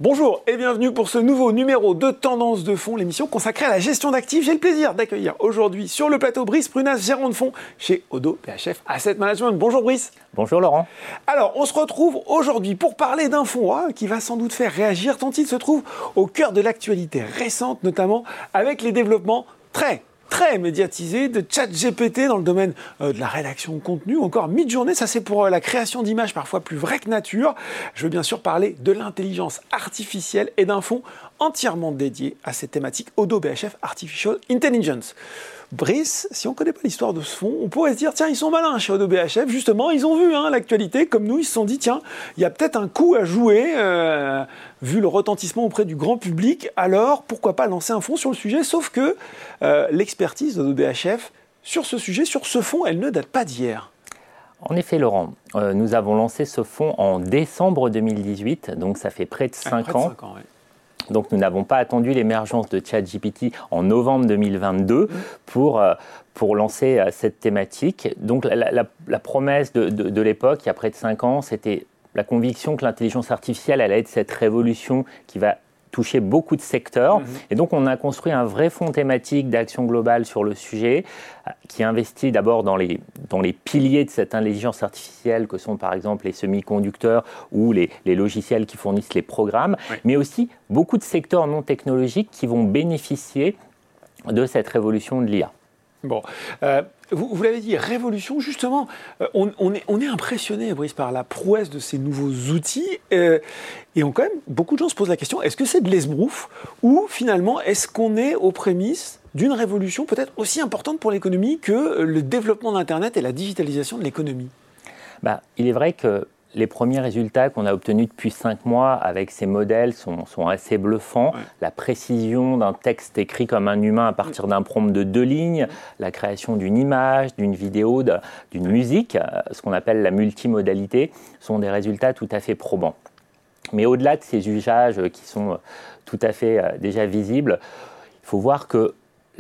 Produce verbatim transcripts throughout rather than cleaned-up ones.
Bonjour et bienvenue pour ce nouveau numéro de Tendance de Fonds, l'émission consacrée à la gestion d'actifs. J'ai le plaisir d'accueillir aujourd'hui sur le plateau Brice Prunas, gérant de fonds chez Odo B H F Asset Management. Bonjour Brice. Bonjour Laurent. Alors, on se retrouve aujourd'hui pour parler d'un fonds hein, qui va sans doute faire réagir tant il se trouve au cœur de l'actualité récente, notamment avec les développements très très médiatisé de ChatGPT dans le domaine euh, de la rédaction de contenu, ou encore Midjourney, ça c'est pour euh, la création d'images parfois plus vraies que nature. Je veux bien sûr parler de l'intelligence artificielle et d'un fonds entièrement dédié à cette thématique Odo B H F Artificial Intelligence. Brice, si on ne connaît pas l'histoire de ce fonds, on pourrait se dire, tiens, ils sont malins chez Odo B H F, justement, ils ont vu hein, l'actualité, comme nous, ils se sont dit, tiens, il y a peut-être un coup à jouer, euh, vu le retentissement auprès du grand public, alors pourquoi pas lancer un fonds sur le sujet, sauf que euh, l'expertise d'Odo B H F sur ce sujet, sur ce fonds, elle ne date pas d'hier. En effet, Laurent, euh, nous avons lancé ce fonds en décembre deux mille dix-huit, donc ça fait près de cinq ah, près ans. De cinq ans ouais. Donc nous n'avons pas attendu l'émergence de ChatGPT en novembre deux mille vingt-deux mmh. pour, euh, pour lancer euh, cette thématique. Donc la, la, la promesse de, de, de l'époque, il y a près de cinq ans, c'était la conviction que l'intelligence artificielle allait être cette révolution qui va toucher beaucoup de secteurs. Mmh. Et donc, on a construit un vrai fonds thématique d'action globale sur le sujet qui investit d'abord dans les, dans les piliers de cette intelligence artificielle que sont par exemple les semi-conducteurs ou les, les logiciels qui fournissent les programmes, oui. mais aussi beaucoup de secteurs non technologiques qui vont bénéficier de cette révolution de l'I A. Bon, euh, vous, vous l'avez dit, révolution, justement, euh, on, on, est, on est impressionné, Brice, par la prouesse de ces nouveaux outils. Euh, et on, quand même, beaucoup de gens se posent la question, est-ce que c'est de l'esbrouf ou finalement, est-ce qu'on est aux prémices d'une révolution peut-être aussi importante pour l'économie que le développement d'Internet et la digitalisation de l'économie ? Bah, il est vrai que les premiers résultats qu'on a obtenus depuis cinq mois avec ces modèles sont, sont assez bluffants. Ouais. La précision d'un texte écrit comme un humain à partir d'un prompt de deux lignes, la création d'une image, d'une vidéo, de, d'une musique, ce qu'on appelle la multimodalité, sont des résultats tout à fait probants. Mais au-delà de ces usages qui sont tout à fait déjà visibles, il faut voir que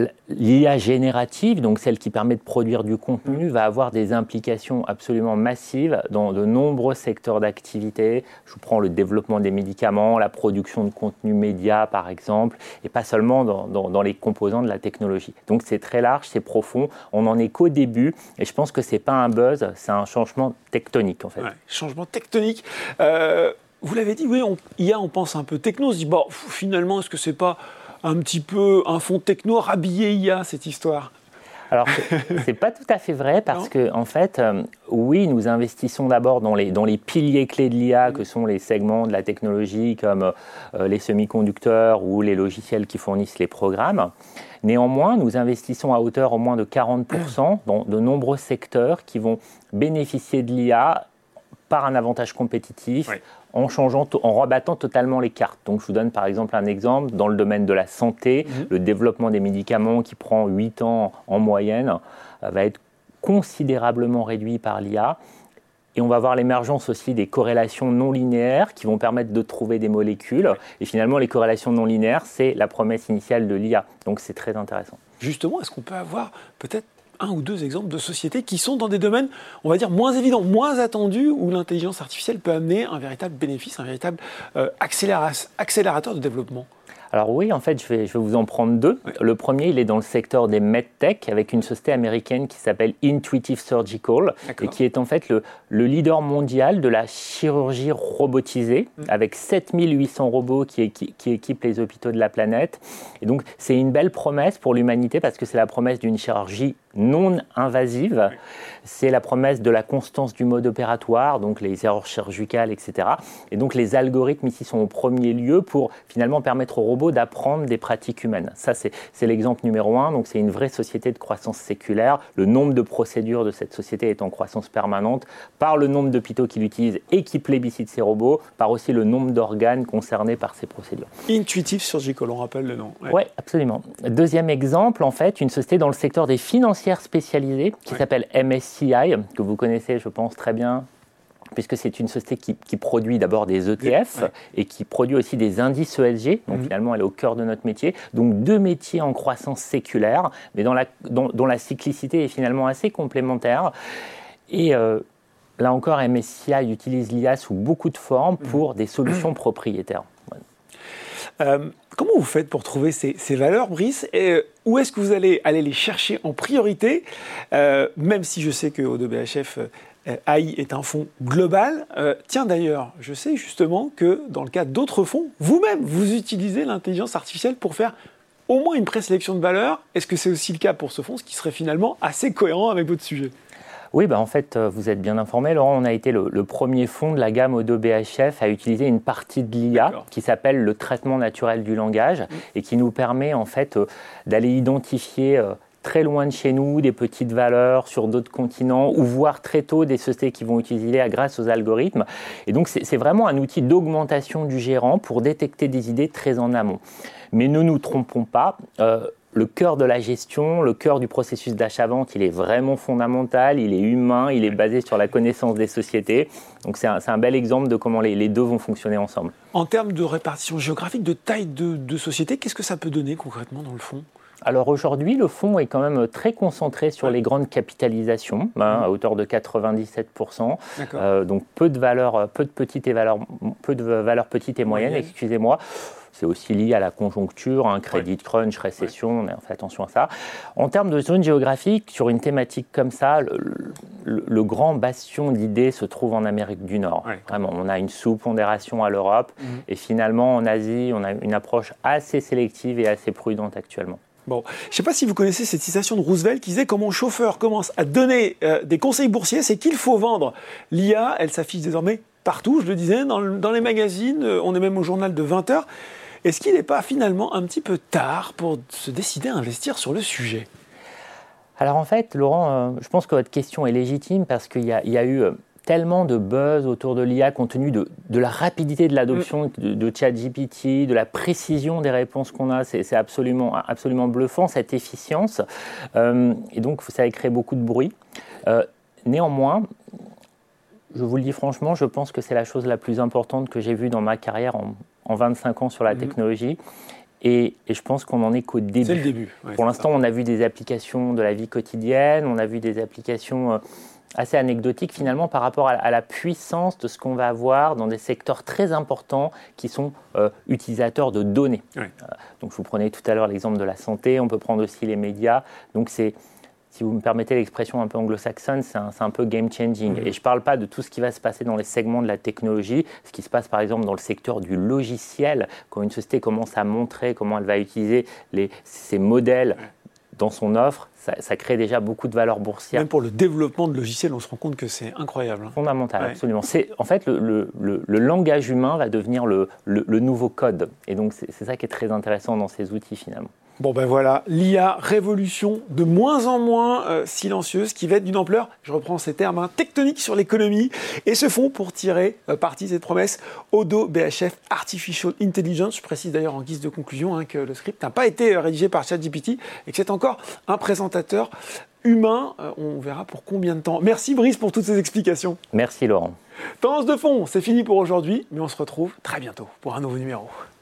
l'I A générative, donc celle qui permet de produire du contenu, va avoir des implications absolument massives dans de nombreux secteurs d'activité. Je vous prends le développement des médicaments, la production de contenu média par exemple, et pas seulement dans, dans, dans les composants de la technologie. Donc c'est très large, c'est profond, on n'en est qu'au début, et je pense que c'est pas un buzz, c'est un changement tectonique en fait. Ouais, changement tectonique. Euh, vous l'avez dit, oui, on, I A, on pense un peu techno, on se dit, bon, finalement, est-ce que c'est pas un petit peu un fonds techno rhabillé I A, cette histoire? Alors, ce n'est pas tout à fait vrai parce que, en fait, euh, oui, nous investissons d'abord dans les, dans les piliers clés de l'I A, mmh. que sont les segments de la technologie comme euh, les semi-conducteurs ou les logiciels qui fournissent les programmes. Néanmoins, nous investissons à hauteur au moins de quarante pour cent dans de nombreux secteurs qui vont bénéficier de l'I A par un avantage compétitif, oui. en changeant, en rebattant totalement les cartes. Donc, je vous donne par exemple un exemple dans le domaine de la santé, mmh. le développement des médicaments qui prend huit ans en moyenne euh, va être considérablement réduit par l'I A. Et on va voir l'émergence aussi des corrélations non linéaires qui vont permettre de trouver des molécules. Et finalement, les corrélations non linéaires, c'est la promesse initiale de l'I A. Donc, c'est très intéressant. Justement, est-ce qu'on peut avoir peut-être un ou deux exemples de sociétés qui sont dans des domaines, on va dire, moins évidents, moins attendus, où l'intelligence artificielle peut amener un véritable bénéfice, un véritable euh, accéléra- accélérateur de développement? Alors oui, en fait, je vais, je vais vous en prendre deux. Oui. Le premier, il est dans le secteur des medtech, avec une société américaine qui s'appelle Intuitive Surgical, D'accord. et qui est en fait le, le leader mondial de la chirurgie robotisée, mmh. avec sept mille huit cents robots qui, qui, qui équipent les hôpitaux de la planète. Et donc, c'est une belle promesse pour l'humanité, parce que c'est la promesse d'une chirurgie non invasive, oui. c'est la promesse de la constance du mode opératoire, donc les erreurs chirurgicales, et cetera. Et donc les algorithmes ici sont au premier lieu pour finalement permettre aux robots d'apprendre des pratiques humaines. Ça, c'est, c'est l'exemple numéro un. Donc c'est une vraie société de croissance séculaire. Le nombre de procédures de cette société est en croissance permanente par le nombre d'hôpitaux qui l'utilisent et qui plébiscitent ces robots, par aussi le nombre d'organes concernés par ces procédures. Intuitive Surgical, on rappelle le nom. Oui, ouais, absolument. Deuxième exemple, en fait, une société dans le secteur des financières spécialisée qui ouais. s'appelle M S C I, que vous connaissez, je pense, très bien, puisque c'est une société qui, qui produit d'abord des E T F ouais. et qui produit aussi des indices E S G. Donc mmh. finalement, elle est au cœur de notre métier. Donc deux métiers en croissance séculaire, mais dans la, dont, dont la cyclicité est finalement assez complémentaire. Et euh, là encore, M S C I utilise l'I A sous beaucoup de formes pour mmh. des solutions propriétaires. Euh, comment vous faites pour trouver ces, ces valeurs, Brice, et euh, où est-ce que vous allez aller les chercher en priorité, euh, même si je sais que Odoo B H F euh, A I est un fonds global. Euh, tiens d'ailleurs, je sais justement que dans le cas d'autres fonds, vous-même, vous utilisez l'intelligence artificielle pour faire au moins une présélection de valeurs. Est-ce que c'est aussi le cas pour ce fonds, ce qui serait finalement assez cohérent avec votre sujet ? Oui, bah en fait, vous êtes bien informé, Laurent. On a été le, le premier fonds de la gamme Odoo B H F à utiliser une partie de l'I A D'accord. qui s'appelle le traitement naturel du langage mmh. et qui nous permet en fait d'aller identifier euh, très loin de chez nous des petites valeurs sur d'autres continents ou voir très tôt des sociétés qui vont utiliser l'I A grâce aux algorithmes. Et donc, c'est, c'est vraiment un outil d'augmentation du gérant pour détecter des idées très en amont. Mais ne nous trompons pas. Euh, Le cœur de la gestion, le cœur du processus d'achat-vente, il est vraiment fondamental, il est humain, il est basé sur la connaissance des sociétés. Donc c'est un, c'est un bel exemple de comment les, les deux vont fonctionner ensemble. En termes de répartition géographique, de taille de, de société, qu'est-ce que ça peut donner concrètement dans le fonds ? Alors aujourd'hui, le fonds est quand même très concentré sur les grandes capitalisations, hein, à hauteur de quatre-vingt-dix-sept pour cent. Euh, donc peu de valeurs, peu de petites et valeurs, peu de valeurs petites et moyennes, Moyenne. excusez-moi. C'est aussi lié à la conjoncture, un hein, crédit ouais. crunch, récession, ouais. on fait attention à ça. En termes de zone géographique, sur une thématique comme ça, le, le, le grand bastion d'idées se trouve en Amérique du Nord. Ouais. Vraiment, on a une sous-pondération à l'Europe mmh. et finalement en Asie, on a une approche assez sélective et assez prudente actuellement. Bon, je ne sais pas si vous connaissez cette citation de Roosevelt qui disait « Quand mon chauffeur commence à donner euh, des conseils boursiers, c'est qu'il faut vendre. » L'I A, elle s'affiche désormais partout, je le disais, dans, le, dans les magazines, euh, on est même au journal de vingt heures. Est-ce qu'il n'est pas finalement un petit peu tard pour se décider à investir sur le sujet ? Alors en fait, Laurent, euh, je pense que votre question est légitime parce qu'il y a, il y a eu euh, tellement de buzz autour de l'I A compte tenu de, de la rapidité de l'adoption mmh. de, de ChatGPT, de la précision des réponses qu'on a. C'est, c'est absolument, absolument bluffant, cette efficience. Euh, et donc, ça a créé beaucoup de bruit. Euh, néanmoins, je vous le dis franchement, je pense que c'est la chose la plus importante que j'ai vue dans ma carrière en, en vingt-cinq ans sur la mmh. technologie. Et, et je pense qu'on n'en est qu'au début. C'est le début. Ouais, Pour l'instant, ça. on a vu des applications de la vie quotidienne, on a vu des applications euh, assez anecdotiques finalement par rapport à, à la puissance de ce qu'on va avoir dans des secteurs très importants qui sont euh, utilisateurs de données. Ouais. Euh, donc, je vous prenais tout à l'heure l'exemple de la santé, on peut prendre aussi les médias. Donc, c'est... Si vous me permettez l'expression un peu anglo-saxonne, c'est un, c'est un peu game-changing. Mmh. Et je ne parle pas de tout ce qui va se passer dans les segments de la technologie, ce qui se passe par exemple dans le secteur du logiciel, quand une société commence à montrer comment elle va utiliser les, ces modèles dans son offre, ça, ça crée déjà beaucoup de valeur boursière. Même pour le développement de logiciels, on se rend compte que c'est incroyable. Fondamental, ouais. absolument. C'est, en fait, le, le, le, le langage humain va devenir le, le, le nouveau code. Et donc, c'est, c'est ça qui est très intéressant dans ces outils finalement. Bon ben voilà, l'I A, révolution de moins en moins euh, silencieuse, qui va être d'une ampleur, je reprends ces termes, hein, tectonique sur l'économie, et ce fonds pour tirer euh, parti de cette promesse, Odoo B H F Artificial Intelligence. Je précise d'ailleurs en guise de conclusion hein, que le script n'a pas été rédigé par ChatGPT et que c'est encore un présentateur humain. Euh, on verra pour combien de temps. Merci Brice pour toutes ces explications. Merci Laurent. Tendance de fond, c'est fini pour aujourd'hui, mais on se retrouve très bientôt pour un nouveau numéro.